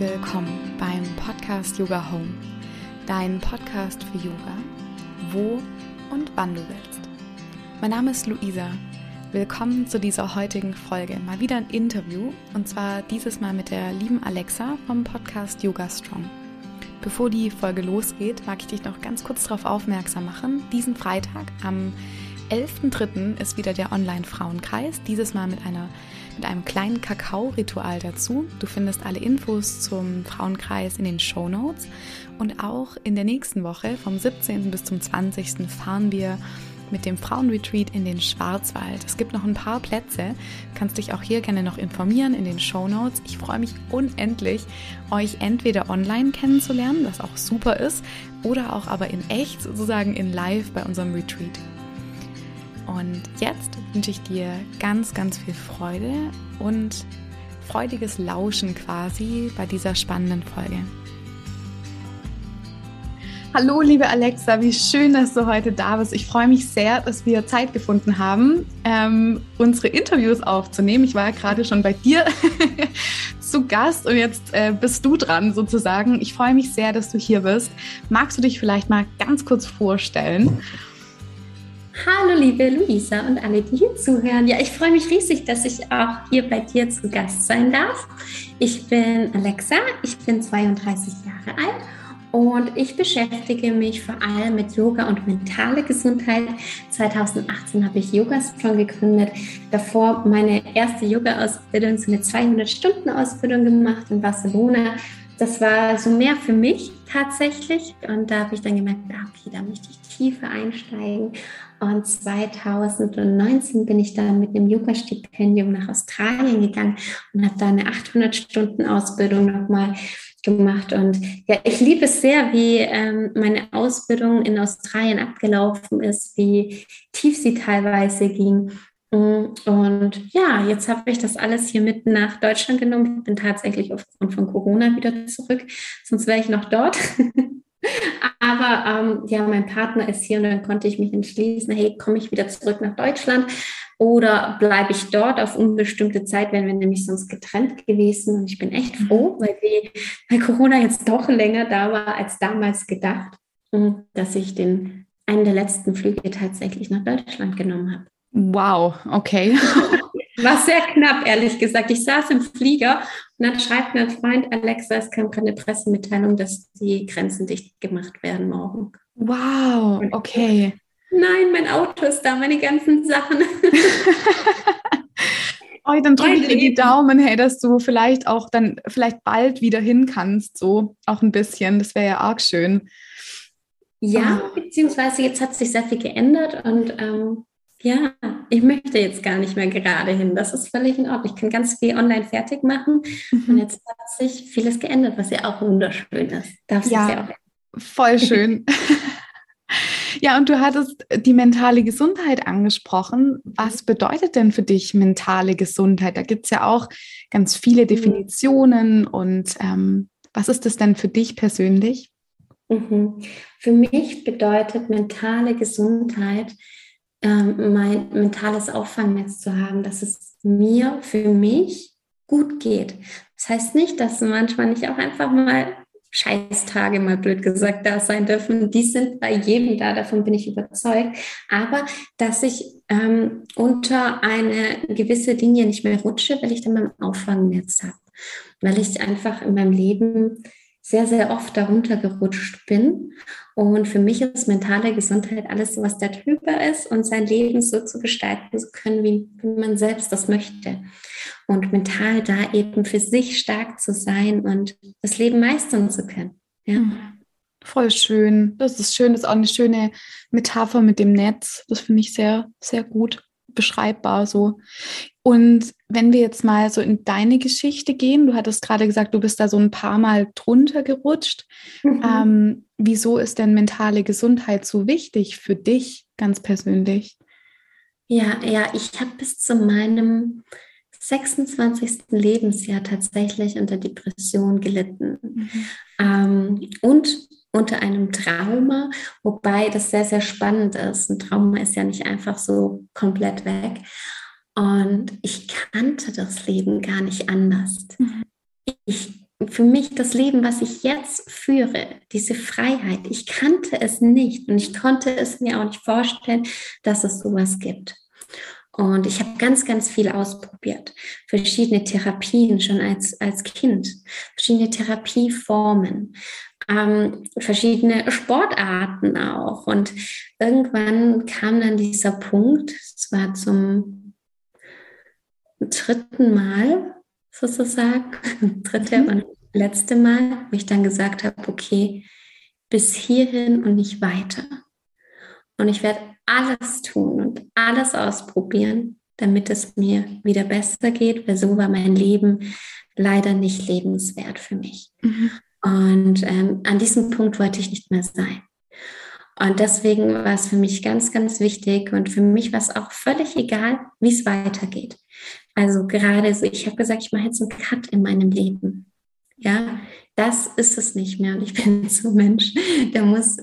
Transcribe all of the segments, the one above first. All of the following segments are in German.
willkommen beim Podcast Yoga Home, dein Podcast für Yoga, wo und wann du willst. Mein Name ist Luisa. Willkommen zu dieser heutigen Folge. Mal wieder ein Interview und zwar dieses Mal mit der lieben Alexa vom Podcast Yoga Strong. Bevor die Folge losgeht, mag ich dich noch ganz kurz darauf aufmerksam machen. Diesen Freitag am 11.03. ist wieder der Online-Frauenkreis, dieses Mal mit einem kleinen Kakao-Ritual dazu. Du findest alle Infos zum Frauenkreis in den Shownotes und auch in der nächsten Woche vom 17. bis zum 20. fahren wir mit dem Frauenretreat in den Schwarzwald. Es gibt noch ein paar Plätze, du kannst dich auch hier gerne noch informieren in den Shownotes. Ich freue mich unendlich, euch entweder online kennenzulernen, was auch super ist, oder auch aber in echt, sozusagen in live bei unserem Retreat. Und jetzt wünsche ich dir ganz, ganz viel Freude und freudiges Lauschen quasi bei dieser spannenden Folge. Hallo liebe Alexa, wie schön, dass du heute da bist. Ich freue mich sehr, dass wir Zeit gefunden haben, unsere Interviews aufzunehmen. Ich war ja gerade schon bei dir zu Gast und jetzt bist du dran sozusagen. Ich freue mich sehr, dass du hier bist. Magst du dich vielleicht mal ganz kurz vorstellen? Hallo liebe Luisa und alle, die hier zuhören. Ja, ich freue mich riesig, dass ich auch hier bei dir zu Gast sein darf. Ich bin Alexa, ich bin 32 Jahre alt und ich beschäftige mich vor allem mit Yoga und mentale Gesundheit. 2018 habe ich Yoga Strong gegründet. Davor meine erste Yoga-Ausbildung, so eine 200-Stunden-Ausbildung gemacht in Barcelona. Das war so mehr für mich tatsächlich und da habe ich dann gemerkt, okay, da möchte ich tiefer einsteigen. Und 2019 bin ich dann mit einem Yoga-Stipendium nach Australien gegangen und habe da eine 800-Stunden-Ausbildung nochmal gemacht. Und ja, ich liebe es sehr, wie meine Ausbildung in Australien abgelaufen ist, wie tief sie teilweise ging. Und ja, jetzt habe ich das alles hier mit nach Deutschland genommen. Ich bin tatsächlich aufgrund von Corona wieder zurück, sonst wäre ich noch dort. Aber ja, mein Partner ist hier und dann konnte ich mich entschließen, hey, komme ich wieder zurück nach Deutschland oder bleibe ich dort auf unbestimmte Zeit, wären wir nämlich sonst getrennt gewesen. Und ich bin echt froh, weil Corona jetzt doch länger da war als damals gedacht, dass ich einen der letzten Flüge tatsächlich nach Deutschland genommen habe. Wow, okay. War sehr knapp, ehrlich gesagt. Ich saß im Flieger und dann schreibt mir ein Freund, Alexa, es kam gerade eine Pressemitteilung, dass die Grenzen dicht gemacht werden morgen. Wow, okay. Nein, mein Auto ist da, meine ganzen Sachen. Oh, dann drücke ich dir die Daumen, hey, dass du vielleicht bald wieder hin kannst, so auch ein bisschen. Das wäre ja arg schön. Ja, beziehungsweise jetzt hat sich sehr viel geändert und ja, ich möchte jetzt gar nicht mehr gerade hin. Das ist völlig in Ordnung. Ich kann ganz viel online fertig machen und jetzt hat sich vieles geändert, was ja auch wunderschön ist. Ja, voll schön. Ja, und du hattest die mentale Gesundheit angesprochen. Was bedeutet denn für dich mentale Gesundheit? Da gibt es ja auch ganz viele Definitionen und was ist das denn für dich persönlich? Für mich bedeutet mentale Gesundheit, mein mentales Auffangnetz zu haben, dass es für mich gut geht. Das heißt nicht, dass manchmal nicht auch einfach mal Scheißtage, mal blöd gesagt, da sein dürfen. Die sind bei jedem da, davon bin ich überzeugt. Aber dass ich unter eine gewisse Linie nicht mehr rutsche, weil ich dann mein Auffangnetz habe. Weil ich einfach in meinem Leben sehr, sehr oft darunter gerutscht bin. Und für mich ist mentale Gesundheit alles so, was da drüber ist und sein Leben so zu gestalten zu können, wie man selbst das möchte. Und mental da eben für sich stark zu sein und das Leben meistern zu können. Ja. Voll schön. Das ist schön. Das ist auch eine schöne Metapher mit dem Netz. Das finde ich sehr, sehr gut beschreibbar so. Und wenn wir jetzt mal so in deine Geschichte gehen, du hattest gerade gesagt, du bist da so ein paar Mal drunter gerutscht. Wieso ist denn mentale Gesundheit so wichtig für dich ganz persönlich? Ja, ich habe bis zu meinem 26. Lebensjahr tatsächlich unter Depression gelitten. Und unter einem Trauma, wobei das sehr, sehr spannend ist. Ein Trauma ist ja nicht einfach so komplett weg. Und ich kannte das Leben gar nicht anders. Ich für mich das Leben, was ich jetzt führe, diese Freiheit, ich kannte es nicht und ich konnte es mir auch nicht vorstellen, dass es sowas gibt. Und ich habe ganz, ganz viel ausprobiert. Verschiedene Therapien schon als Kind, verschiedene Therapieformen, verschiedene Sportarten auch. Und irgendwann kam dann dieser Punkt, es war zum dritten Mal sozusagen, dritte und letzte Mal, wo ich dann gesagt habe, okay, bis hierhin und nicht weiter. Und ich werde alles tun und alles ausprobieren, damit es mir wieder besser geht, weil so war mein Leben leider nicht lebenswert für mich. Mhm. Und an diesem Punkt wollte ich nicht mehr sein. Und deswegen war es für mich ganz, ganz wichtig und für mich war es auch völlig egal, wie es weitergeht. Also gerade so, ich habe gesagt, ich mache jetzt einen Cut in meinem Leben. Ja, das ist es nicht mehr. Und ich bin so ein Mensch, der muss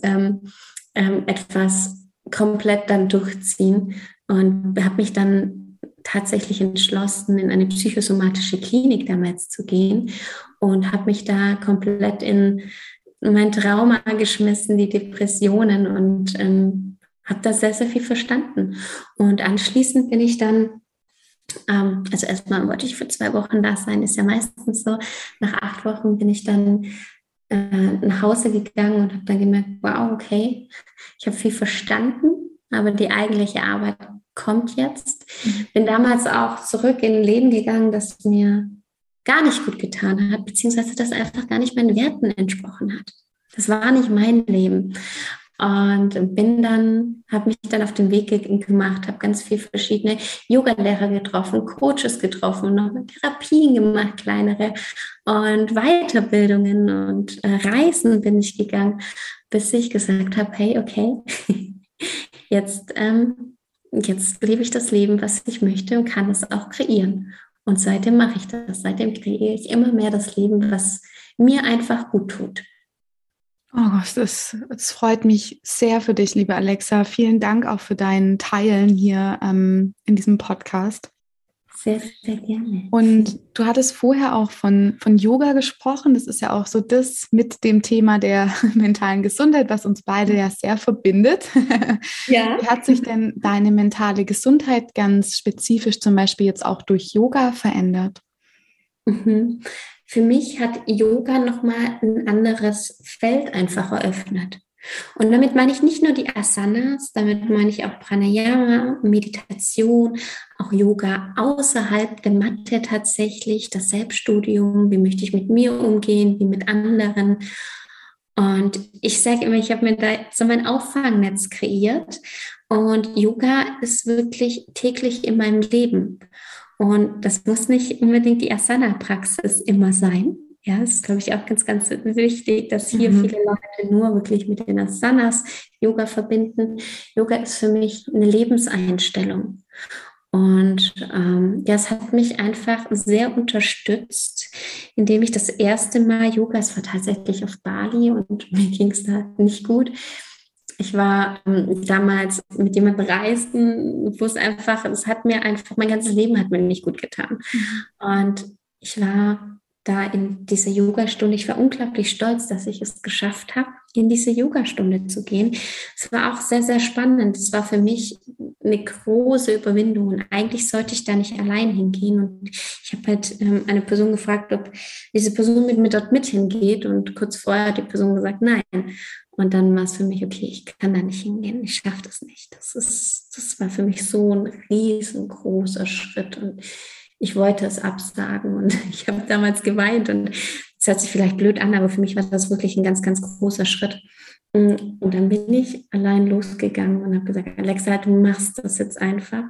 etwas komplett dann durchziehen und habe mich dann tatsächlich entschlossen, in eine psychosomatische Klinik damals zu gehen und habe mich da komplett in mein Trauma geschmissen, die Depressionen und habe da sehr, sehr viel verstanden. Und anschließend bin ich dann, also erstmal wollte ich für 2 Wochen da sein, ist ja meistens so, nach 8 Wochen bin ich dann nach Hause gegangen und habe dann gemerkt, wow, okay, ich habe viel verstanden, aber die eigentliche Arbeit kommt jetzt. Bin damals auch zurück in ein Leben gegangen, das mir gar nicht gut getan hat, beziehungsweise das einfach gar nicht meinen Werten entsprochen hat. Das war nicht mein Leben. Und habe mich dann auf den Weg gemacht, habe ganz viele verschiedene Yoga-Lehrer getroffen, Coaches getroffen, nochmal Therapien gemacht, kleinere und Weiterbildungen und Reisen bin ich gegangen, bis ich gesagt habe, hey, okay, jetzt lebe ich das Leben, was ich möchte und kann es auch kreieren. Und seitdem mache ich das, seitdem kreiere ich immer mehr das Leben, was mir einfach gut tut. Oh, es freut mich sehr für dich, liebe Alexa. Vielen Dank auch für dein Teilen hier in diesem Podcast. Sehr, sehr gerne. Und du hattest vorher auch von Yoga gesprochen. Das ist ja auch so das mit dem Thema der mentalen Gesundheit, was uns beide ja sehr verbindet. Ja. Wie hat sich denn deine mentale Gesundheit ganz spezifisch zum Beispiel jetzt auch durch Yoga verändert? Mhm. Für mich hat Yoga nochmal ein anderes Feld einfach eröffnet. Und damit meine ich nicht nur die Asanas, damit meine ich auch Pranayama, Meditation, auch Yoga außerhalb der Matte tatsächlich, das Selbststudium, wie möchte ich mit mir umgehen, wie mit anderen. Und ich sage immer, ich habe mir da so mein Auffangnetz kreiert und Yoga ist wirklich täglich in meinem Leben. Und das muss nicht unbedingt die Asana-Praxis immer sein. Ja, das ist, glaube ich, auch ganz, ganz wichtig, dass hier viele Leute nur wirklich mit den Asanas Yoga verbinden. Yoga ist für mich eine Lebenseinstellung. Und es hat mich einfach sehr unterstützt, indem ich das erste Mal Yoga, es war tatsächlich auf Bali und mir ging es da nicht gut. Ich war damals mit jemandem reisen, wo mein ganzes Leben hat mir nicht gut getan. Und ich war da in dieser Yogastunde, ich war unglaublich stolz, dass ich es geschafft habe, in diese Yogastunde zu gehen. Es war auch sehr, sehr spannend. Es war für mich eine große Überwindung und eigentlich sollte ich da nicht allein hingehen. Und ich habe halt eine Person gefragt, ob diese Person mit mir dort mit hingeht und kurz vorher hat die Person gesagt, nein. Und dann war es für mich, okay, ich kann da nicht hingehen, ich schaffe das nicht. Das war für mich so ein riesengroßer Schritt und ich wollte es absagen und ich habe damals geweint und es hört sich vielleicht blöd an, aber für mich war das wirklich ein ganz, ganz großer Schritt. Und dann bin ich allein losgegangen und habe gesagt, Alexa, du machst das jetzt einfach.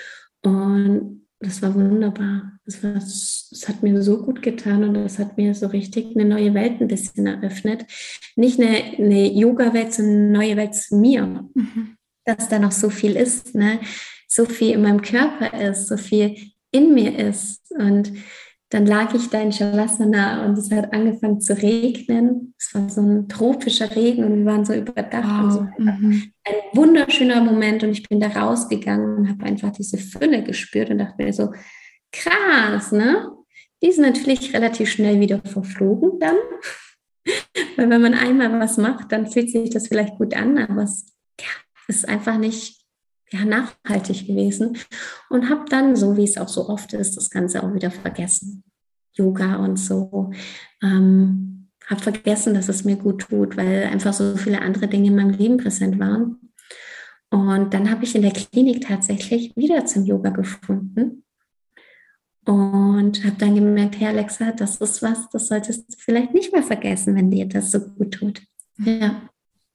Und das war wunderbar. Es hat mir so gut getan und das hat mir so richtig eine neue Welt ein bisschen eröffnet. Nicht eine Yoga-Welt, sondern eine neue Welt zu mir. Dass da noch so viel ist, ne? So viel in meinem Körper ist, so viel in mir ist. Und dann lag ich da in Shavasana und es hat angefangen zu regnen. Es war so ein tropischer Regen und wir waren so überdacht. Und so ein wunderschöner Moment und ich bin da rausgegangen und habe einfach diese Fülle gespürt und dachte mir so, krass, ne? Die ist natürlich relativ schnell wieder verflogen dann. Weil wenn man einmal was macht, dann fühlt sich das vielleicht gut an, aber es ist einfach nicht nachhaltig gewesen. Und habe dann, so wie es auch so oft ist, das Ganze auch wieder vergessen. Yoga und so. Habe vergessen, dass es mir gut tut, weil einfach so viele andere Dinge in meinem Leben präsent waren. Und dann habe ich in der Klinik tatsächlich wieder zum Yoga gefunden und habe dann gemerkt, hey Alexa, das ist was, das solltest du vielleicht nicht mehr vergessen, wenn dir das so gut tut. Ja.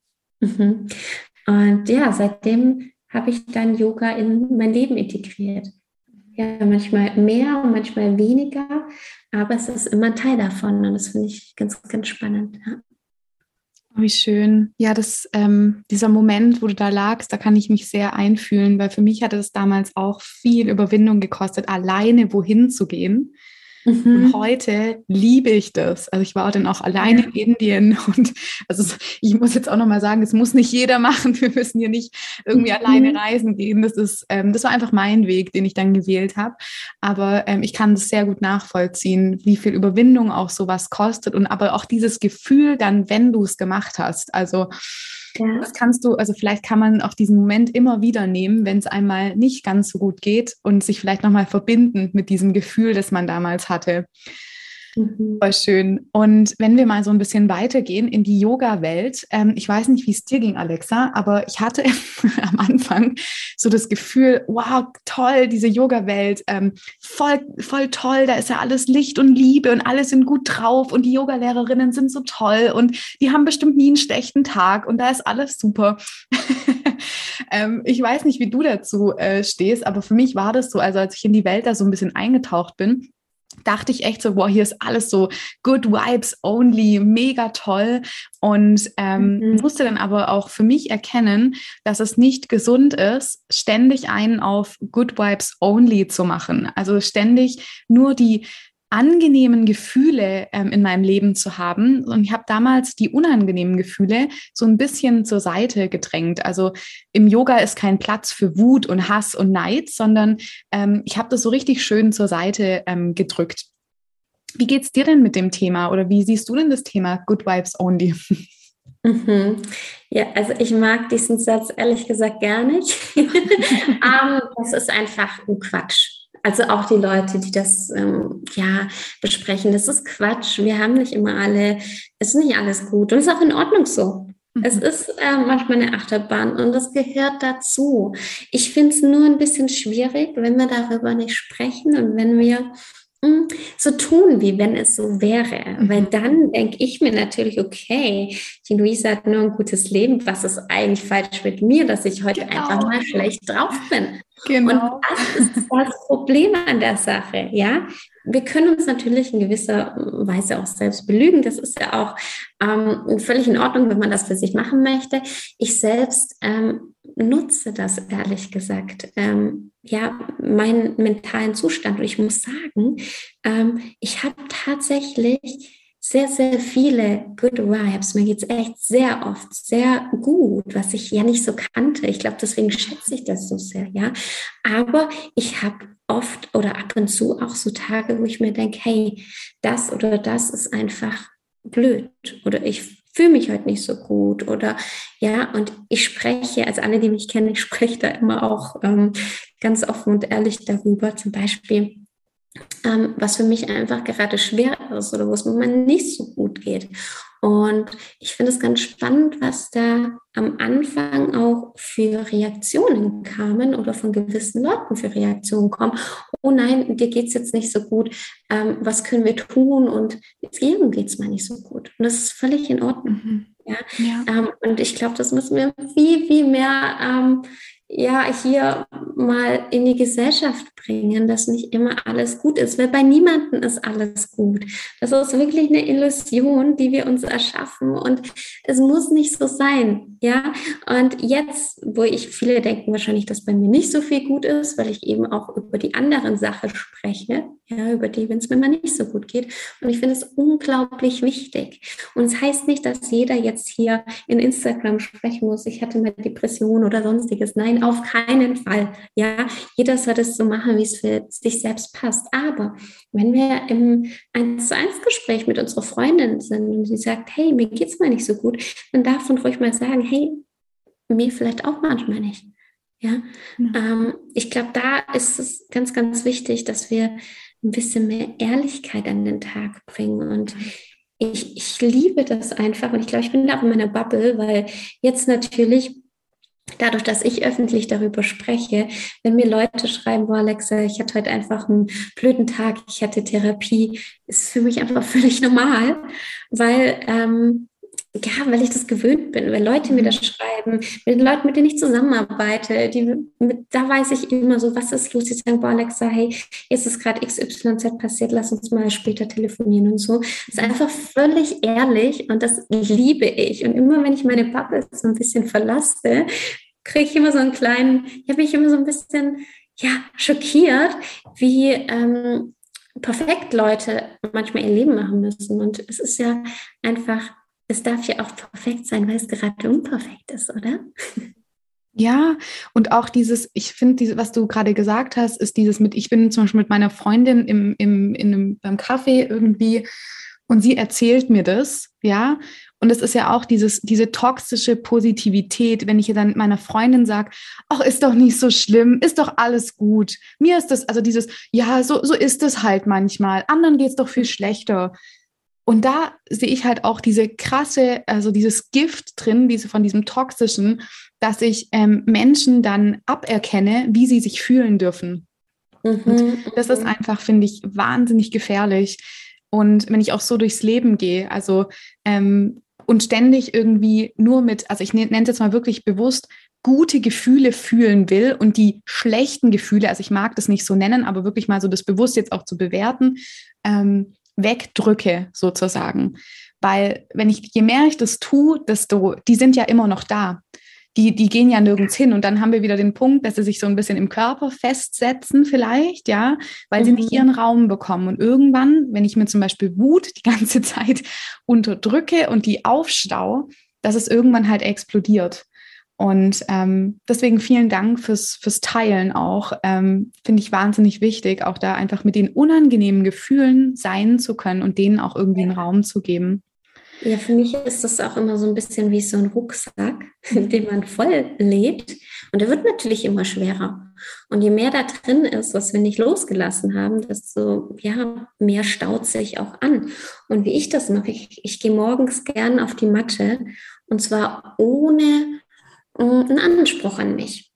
Und ja, seitdem habe ich dann Yoga in mein Leben integriert. Ja, manchmal mehr und manchmal weniger, aber es ist immer ein Teil davon und das finde ich ganz, ganz spannend. Ja. Wie schön. Ja, dieser Moment, wo du da lagst, da kann ich mich sehr einfühlen, weil für mich hatte es damals auch viel Überwindung gekostet, alleine wohin zu gehen. Und heute liebe ich das. Also ich war dann auch alleine in Indien und also ich muss jetzt auch nochmal sagen, es muss nicht jeder machen. Wir müssen hier nicht irgendwie alleine reisen gehen. Das war einfach mein Weg, den ich dann gewählt habe. Aber ich kann das sehr gut nachvollziehen, wie viel Überwindung auch sowas kostet und aber auch dieses Gefühl dann, wenn du es gemacht hast. Also das also vielleicht kann man auch diesen Moment immer wieder nehmen, wenn es einmal nicht ganz so gut geht und sich vielleicht nochmal verbinden mit diesem Gefühl, das man damals hatte. Voll schön. Und wenn wir mal so ein bisschen weitergehen in die Yoga-Welt, ich weiß nicht, wie es dir ging, Alexa, aber ich hatte am Anfang so das Gefühl, wow, toll, diese Yoga-Welt, voll toll, da ist ja alles Licht und Liebe und alle sind gut drauf und die Yogalehrerinnen sind so toll und die haben bestimmt nie einen schlechten Tag und da ist alles super. Ich weiß nicht, wie du dazu stehst, aber für mich war das so, also als ich in die Welt da so ein bisschen eingetaucht bin, dachte ich echt so, wow, hier ist alles so good vibes only, mega toll und musste dann aber auch für mich erkennen, dass es nicht gesund ist, ständig einen auf good vibes only zu machen, also ständig nur die angenehmen Gefühle in meinem Leben zu haben. Und ich habe damals die unangenehmen Gefühle so ein bisschen zur Seite gedrängt. Also im Yoga ist kein Platz für Wut und Hass und Neid, sondern ich habe das so richtig schön zur Seite gedrückt. Wie geht's dir denn mit dem Thema oder wie siehst du denn das Thema Good Vibes Only? Ja, also ich mag diesen Satz ehrlich gesagt gar nicht. Das ist einfach ein Quatsch. Also auch die Leute, die das besprechen, das ist Quatsch. Wir haben nicht immer es ist nicht alles gut und es ist auch in Ordnung so. Es ist manchmal eine Achterbahn und das gehört dazu. Ich finde es nur ein bisschen schwierig, wenn wir darüber nicht sprechen und wenn wir so tun, wie wenn es so wäre. Weil dann denke ich mir natürlich, okay, die Luisa hat nur ein gutes Leben. Was ist eigentlich falsch mit mir, dass ich heute einfach mal schlecht drauf bin? Genau. Und das ist das Problem an der Sache, ja. Wir können uns natürlich in gewisser Weise auch selbst belügen. Das ist ja auch völlig in Ordnung, wenn man das für sich machen möchte. Ich selbst nutze das ehrlich gesagt, meinen mentalen Zustand. Und ich muss sagen, ich habe tatsächlich sehr, sehr viele Good Vibes. Mir geht es echt sehr oft sehr gut, was ich ja nicht so kannte. Ich glaube, deswegen schätze ich das so sehr, ja. Aber ich habe oft oder ab und zu auch so Tage, wo ich mir denke, hey, das oder das ist einfach blöd oder ich fühle mich heute nicht so gut oder ja, und ich spreche, also alle, die mich kennen, ich spreche da immer auch ganz offen und ehrlich darüber, zum Beispiel, was für mich einfach gerade schwer ist oder wo es mir nicht so gut geht. Und ich finde es ganz spannend, was da am Anfang auch für Reaktionen kamen oder von gewissen Leuten für Reaktionen kommen. Oh nein, dir geht es jetzt nicht so gut. Was können wir tun? Und jedem geht es mal nicht so gut. Und das ist völlig in Ordnung. Und ich glaube, das müssen wir viel, viel mehr hier mal in die Gesellschaft bringen, dass nicht immer alles gut ist, weil bei niemandem ist alles gut. Das ist wirklich eine Illusion, die wir uns erschaffen und es muss nicht so sein, ja. Und jetzt, viele denken wahrscheinlich, dass bei mir nicht so viel gut ist, weil ich eben auch über die anderen Sachen spreche, ja, über die, wenn es mir mal nicht so gut geht. Und ich finde es unglaublich wichtig. Und es heißt nicht, dass jeder jetzt hier in Instagram sprechen muss, ich hatte mal Depression oder sonstiges. Nein, auf keinen Fall. Ja, jeder soll das so machen, wie es für sich selbst passt. Aber wenn wir im 1:1 Gespräch mit unserer Freundin sind und sie sagt, hey, mir geht's mal nicht so gut, dann darf man ruhig mal sagen, hey, mir vielleicht auch manchmal nicht. Ja, ich glaube, da ist es ganz, ganz wichtig, dass wir ein bisschen mehr Ehrlichkeit an den Tag bringen. Und ich liebe das einfach. Und ich glaube, ich bin da auch in meiner Bubble, weil jetzt natürlich, dadurch, dass ich öffentlich darüber spreche, wenn mir Leute schreiben, boah, Alexa, ich hatte heute einfach einen blöden Tag, ich hatte Therapie, ist für mich einfach völlig normal, weil weil ich das gewöhnt bin, wenn Leute mir das schreiben, mit den Leuten, mit denen ich zusammenarbeite, da weiß ich immer so, was ist los? Die sagen, boah, Alexa, hey, jetzt ist gerade XYZ passiert, lass uns mal später telefonieren und so. Das ist einfach völlig ehrlich und das liebe ich. Und immer, wenn ich meine Bubble so ein bisschen verlasse, kriege ich immer so einen kleinen, bin ich immer so ein bisschen, schockiert, wie perfekt Leute manchmal ihr Leben machen müssen. Und es ist ja einfach, es darf ja auch perfekt sein, weil es gerade unperfekt ist, oder? Ja, und auch ich finde, was du gerade gesagt hast, ist ich bin zum Beispiel mit meiner Freundin beim Kaffee irgendwie und sie erzählt mir das, ja. Und es ist ja auch diese toxische Positivität, wenn ich ihr dann meiner Freundin sage, ach, ist doch nicht so schlimm, ist doch alles gut. Mir ist das, also ja, so ist es halt manchmal. Anderen geht es doch viel schlechter. Und da sehe ich halt auch also dieses Gift drin, von diesem Toxischen, dass ich Menschen dann aberkenne, wie sie sich fühlen dürfen. Und das ist einfach, finde ich, wahnsinnig gefährlich. Und wenn ich auch so durchs Leben gehe, also und ständig irgendwie also ich nenne es jetzt mal wirklich bewusst, gute Gefühle fühlen will und die schlechten Gefühle, also ich mag das nicht so nennen, aber wirklich mal so das bewusst jetzt auch zu bewerten, wegdrücke sozusagen. Weil je mehr ich das tue, die sind ja immer noch da. Die gehen ja nirgends hin. Und dann haben wir wieder den Punkt, dass sie sich so ein bisschen im Körper festsetzen vielleicht, ja, weil sie nicht ihren Raum bekommen. Und irgendwann, wenn ich mir zum Beispiel Wut die ganze Zeit unterdrücke und die aufstau, dass es irgendwann halt explodiert. Und deswegen vielen Dank fürs Teilen auch. Finde ich wahnsinnig wichtig, auch da einfach mit den unangenehmen Gefühlen sein zu können und denen auch irgendwie einen Raum zu geben. Ja, für mich ist das auch immer so ein bisschen wie so ein Rucksack, den man voll lädt. Und der wird natürlich immer schwerer. Und je mehr da drin ist, was wir nicht losgelassen haben, desto mehr staut sich auch an. Und wie ich das mache, ich gehe morgens gern auf die Matte und zwar ohne einen Anspruch an mich.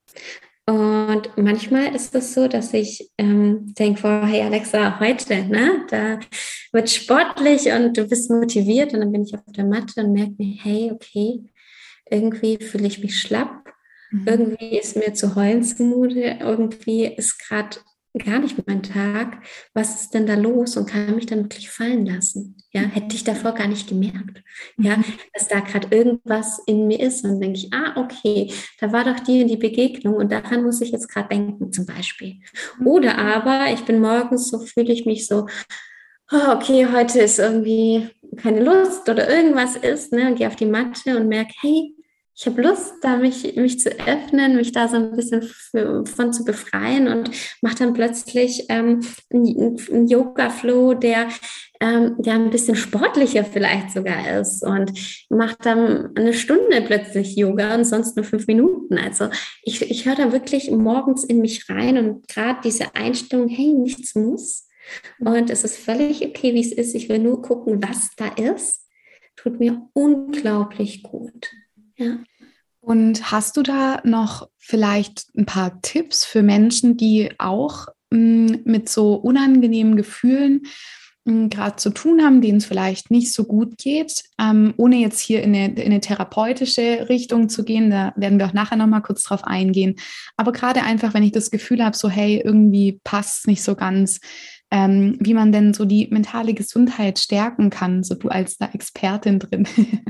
Und manchmal ist es so, dass ich denke, hey Alexa, heute, ne, da wird sportlich und du bist motiviert und dann bin ich auf der Matte und merke mir, hey, okay, irgendwie fühle ich mich schlapp, irgendwie ist mir zu heulen zumute, irgendwie ist gerade gar nicht mein Tag, was ist denn da los und kann mich dann wirklich fallen lassen, ja, hätte ich davor gar nicht gemerkt, ja, dass da gerade irgendwas in mir ist und dann denke ich, okay, da war doch die Begegnung und daran muss ich jetzt gerade denken zum Beispiel, oder aber ich bin morgens so, fühle ich mich so, okay, heute ist irgendwie keine Lust oder irgendwas ist, ne, und gehe auf die Matte und merke, hey, ich habe Lust, da mich zu öffnen, mich da so ein bisschen von zu befreien und mache dann plötzlich einen Yoga-Flow, der ein bisschen sportlicher vielleicht sogar ist und mache dann eine Stunde plötzlich Yoga und sonst nur 5 Minuten. Also ich höre da wirklich morgens in mich rein und gerade diese Einstellung, hey, nichts muss und es ist völlig okay, wie es ist. Ich will nur gucken, was da ist. Tut mir unglaublich gut. Ja. Und hast du da noch vielleicht ein paar Tipps für Menschen, die auch mit so unangenehmen Gefühlen gerade zu tun haben, denen es vielleicht nicht so gut geht, ohne jetzt hier in eine therapeutische Richtung zu gehen, da werden wir auch nachher nochmal kurz drauf eingehen. Aber gerade einfach, wenn ich das Gefühl habe, so hey, irgendwie passt es nicht so ganz, wie man denn so die mentale Gesundheit stärken kann, so du als da Expertin drin.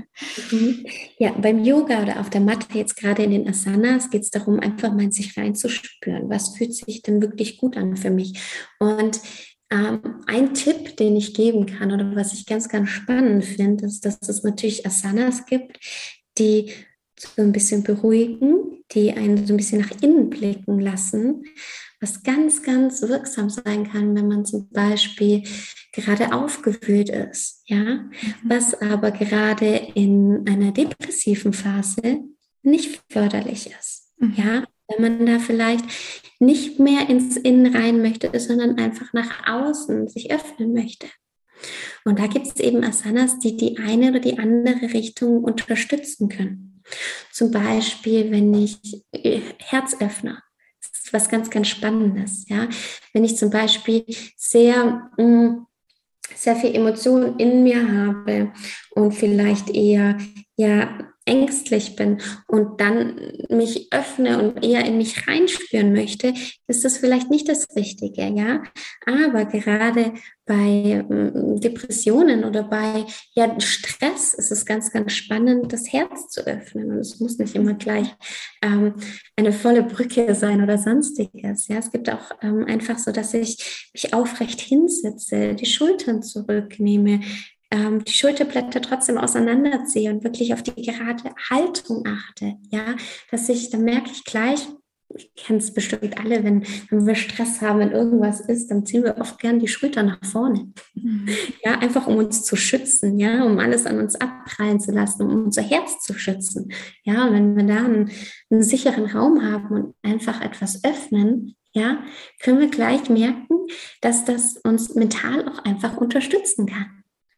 Ja, beim Yoga oder auf der Matte, jetzt gerade in den Asanas, geht es darum, einfach mal in sich reinzuspüren. Was fühlt sich denn wirklich gut an für mich? Und Ein Tipp, den ich geben kann oder was ich ganz, ganz spannend finde, ist, dass es natürlich Asanas gibt, die so ein bisschen beruhigen, die einen so ein bisschen nach innen blicken lassen, was ganz, ganz wirksam sein kann, wenn man zum Beispiel gerade aufgewühlt ist, ja, was aber gerade in einer depressiven Phase nicht förderlich ist, ja, wenn man da vielleicht nicht mehr ins Innen rein möchte, sondern einfach nach außen sich öffnen möchte. Und da gibt es eben Asanas, die die eine oder die andere Richtung unterstützen können. Zum Beispiel, wenn ich Herzöffner, das ist was ganz, ganz Spannendes. Ja? Wenn ich zum Beispiel sehr viel Emotionen in mir habe und vielleicht eher ängstlich bin und dann mich öffne und eher in mich reinspüren möchte, ist das vielleicht nicht das Richtige, ja. Aber gerade bei Depressionen oder bei Stress ist es ganz, ganz spannend, das Herz zu öffnen. Und es muss nicht immer gleich eine volle Brücke sein oder sonstiges. Ja, es gibt auch einfach so, dass ich mich aufrecht hinsetze, die Schultern zurücknehme, die Schulterblätter trotzdem auseinanderziehe und wirklich auf die gerade Haltung achte, ja, dann merke ich gleich, ich kenne es bestimmt alle, wenn wir Stress haben, wenn irgendwas ist, dann ziehen wir oft gern die Schultern nach vorne, ja, einfach um uns zu schützen, ja, um alles an uns abprallen zu lassen, um unser Herz zu schützen, ja, und wenn wir da einen sicheren Raum haben und einfach etwas öffnen, ja, können wir gleich merken, dass das uns mental auch einfach unterstützen kann.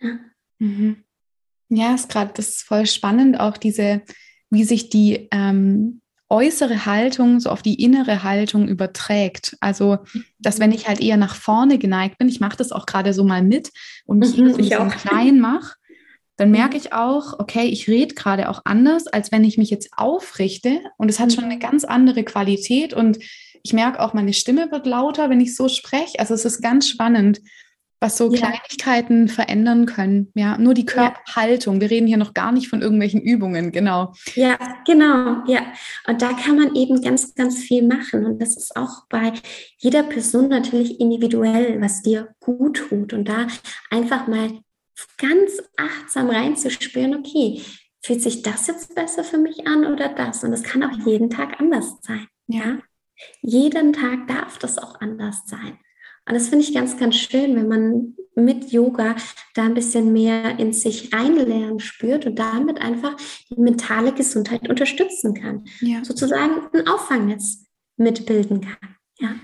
Ja, das ist voll spannend, auch wie sich die äußere Haltung so auf die innere Haltung überträgt. Also, dass wenn ich halt eher nach vorne geneigt bin, ich mache das auch gerade so mal mit und mich ein bisschen klein mache, dann merke ich auch, okay, ich rede gerade auch anders, als wenn ich mich jetzt aufrichte und es hat schon eine ganz andere Qualität und ich merke auch, meine Stimme wird lauter, wenn ich so spreche. Also es ist ganz spannend, was so Kleinigkeiten verändern können. Ja, nur die Körperhaltung. Wir reden hier noch gar nicht von irgendwelchen Übungen, genau. Ja, genau, ja. Und da kann man eben ganz, ganz viel machen. Und das ist auch bei jeder Person natürlich individuell, was dir gut tut. Und da einfach mal ganz achtsam reinzuspüren, okay, fühlt sich das jetzt besser für mich an oder das? Und das kann auch jeden Tag anders sein. Ja? Jeden Tag darf das auch anders sein. Und das finde ich ganz, ganz schön, wenn man mit Yoga da ein bisschen mehr in sich reinlernen spürt und damit einfach die mentale Gesundheit unterstützen kann. Ja. Sozusagen ein Auffangnetz mitbilden kann. Ja.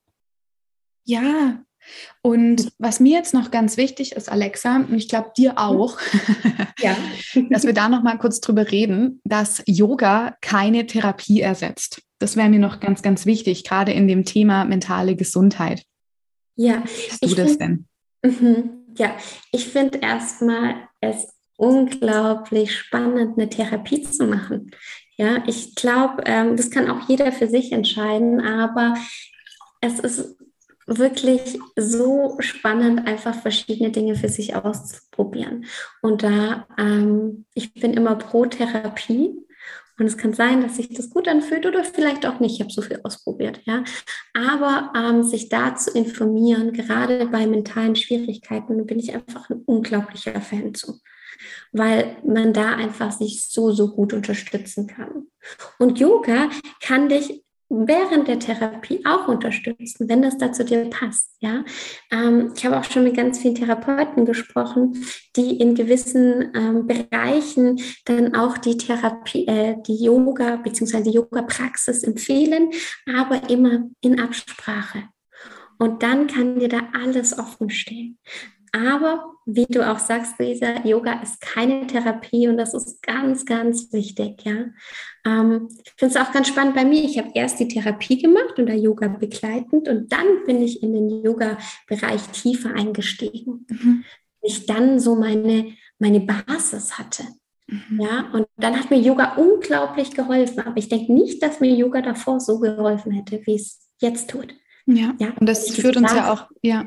Ja. Und was mir jetzt noch ganz wichtig ist, Alexa, und ich glaube dir auch, dass wir da noch mal kurz drüber reden, dass Yoga keine Therapie ersetzt. Das wäre mir noch ganz, ganz wichtig, gerade in dem Thema mentale Gesundheit. Ja, wie siehst du das denn? Ja, ich finde erstmal es unglaublich spannend, eine Therapie zu machen. Ja, ich glaube, das kann auch jeder für sich entscheiden, aber es ist wirklich so spannend, einfach verschiedene Dinge für sich auszuprobieren. Und da, ich bin immer pro Therapie. Und es kann sein, dass sich das gut anfühlt oder vielleicht auch nicht. Ich habe so viel ausprobiert, ja. Aber sich da zu informieren, gerade bei mentalen Schwierigkeiten, bin ich einfach ein unglaublicher Fan zu. Weil man da einfach sich so, so gut unterstützen kann. Und Yoga kann dich während der Therapie auch unterstützen, wenn das da zu dir passt. Ja? Ich habe auch schon mit ganz vielen Therapeuten gesprochen, die in gewissen Bereichen dann auch die Therapie, die Yoga bzw. die Yoga-Praxis empfehlen, aber immer in Absprache. Und dann kann dir da alles offen stehen. Aber wie du auch sagst, Luisa, Yoga ist keine Therapie und das ist ganz, ganz wichtig. Ja? Ich finde es auch ganz spannend bei mir. Ich habe erst die Therapie gemacht und da Yoga begleitend und dann bin ich in den Yoga-Bereich tiefer eingestiegen. Ich dann so meine Basis hatte. Ja, und dann hat mir Yoga unglaublich geholfen. Aber ich denke nicht, dass mir Yoga davor so geholfen hätte, wie es jetzt tut. Ja, und das führt uns ja auch,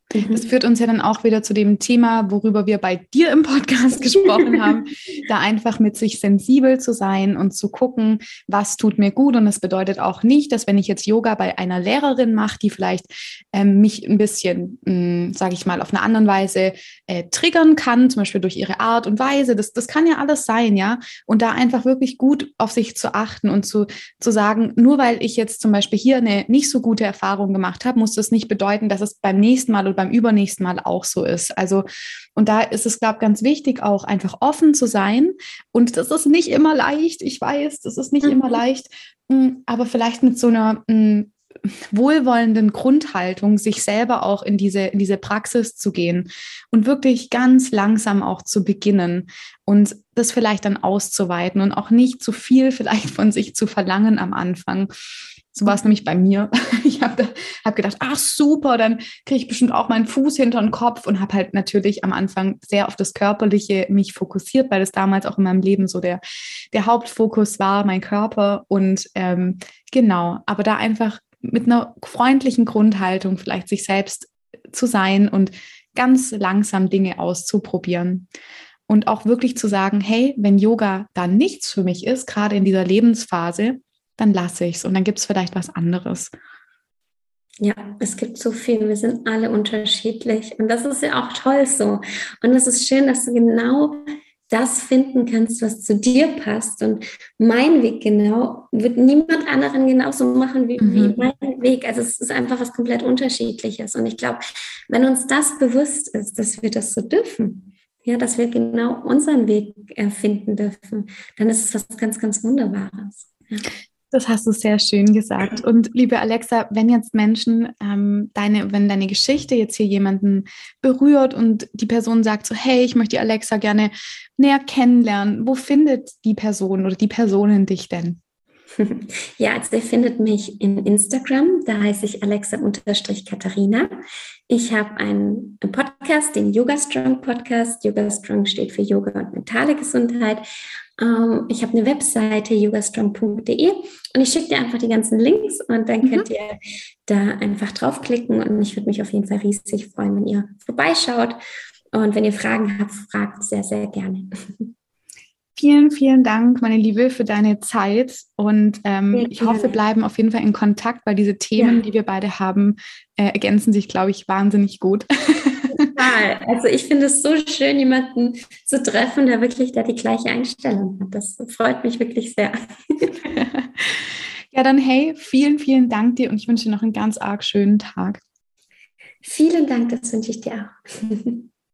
Das führt uns ja dann auch wieder zu dem Thema, worüber wir bei dir im Podcast gesprochen haben, da einfach mit sich sensibel zu sein und zu gucken, was tut mir gut. Und das bedeutet auch nicht, dass wenn ich jetzt Yoga bei einer Lehrerin mache, die vielleicht mich ein bisschen, sage ich mal, auf eine andere Weise triggern kann, zum Beispiel durch ihre Art und Weise. Das kann ja alles sein, ja. Und da einfach wirklich gut auf sich zu achten und zu sagen, nur weil ich jetzt zum Beispiel hier eine nicht so gute Erfahrung gemacht habe, muss das nicht bedeuten, dass es beim nächsten Mal oder beim übernächsten Mal auch so ist. Also, und da ist es, glaube ich, ganz wichtig, auch einfach offen zu sein. Und das ist nicht immer leicht. Ich weiß, das ist nicht immer leicht, aber vielleicht mit so einer wohlwollenden Grundhaltung, sich selber auch in diese Praxis zu gehen und wirklich ganz langsam auch zu beginnen und das vielleicht dann auszuweiten und auch nicht zu viel vielleicht von sich zu verlangen am Anfang. So war es nämlich bei mir. Ich habe gedacht, ach super, dann kriege ich bestimmt auch meinen Fuß hinter den Kopf und habe halt natürlich am Anfang sehr auf das Körperliche mich fokussiert, weil das damals auch in meinem Leben so der Hauptfokus war, mein Körper. Und genau, aber da einfach mit einer freundlichen Grundhaltung vielleicht sich selbst zu sein und ganz langsam Dinge auszuprobieren. Und auch wirklich zu sagen, hey, wenn Yoga dann nichts für mich ist, gerade in dieser Lebensphase, dann lasse ich es und dann gibt es vielleicht was anderes. Ja, es gibt so viel, wir sind alle unterschiedlich und das ist ja auch toll so. Und es ist schön, dass du genau das finden kannst, was zu dir passt. Und mein Weg genau wird niemand anderen genauso machen wie mein Weg. Also es ist einfach was komplett Unterschiedliches. Und ich glaube, wenn uns das bewusst ist, dass wir das so dürfen, ja, dass wir genau unseren Weg finden dürfen, dann ist es was ganz, ganz Wunderbares. Ja. Das hast du sehr schön gesagt. Und liebe Alexa, wenn jetzt Menschen, wenn deine Geschichte jetzt hier jemanden berührt und die Person sagt so, hey, ich möchte die Alexa gerne näher kennenlernen, wo findet die Person oder die Personen dich denn? Ja, also ihr findet mich in Instagram, da heiße ich Alexa_Katharina. Ich habe einen Podcast, den Yoga Strong Podcast. Yoga Strong steht für Yoga und mentale Gesundheit. Ich habe eine Webseite, yogastrong.de, und ich schicke dir einfach die ganzen Links und dann könnt ihr da einfach draufklicken und ich würde mich auf jeden Fall riesig freuen, wenn ihr vorbeischaut, und wenn ihr Fragen habt, fragt sehr, sehr gerne. Vielen, vielen Dank, meine Liebe, für deine Zeit und ich hoffe, wir bleiben auf jeden Fall in Kontakt, weil diese Themen, die wir beide haben, ergänzen sich, glaube ich, wahnsinnig gut. Total. Also ich finde es so schön, jemanden zu treffen, der wirklich da die gleiche Einstellung hat. Das freut mich wirklich sehr. Ja, dann hey, vielen, vielen Dank dir und ich wünsche dir noch einen ganz arg schönen Tag. Vielen Dank, das wünsche ich dir auch.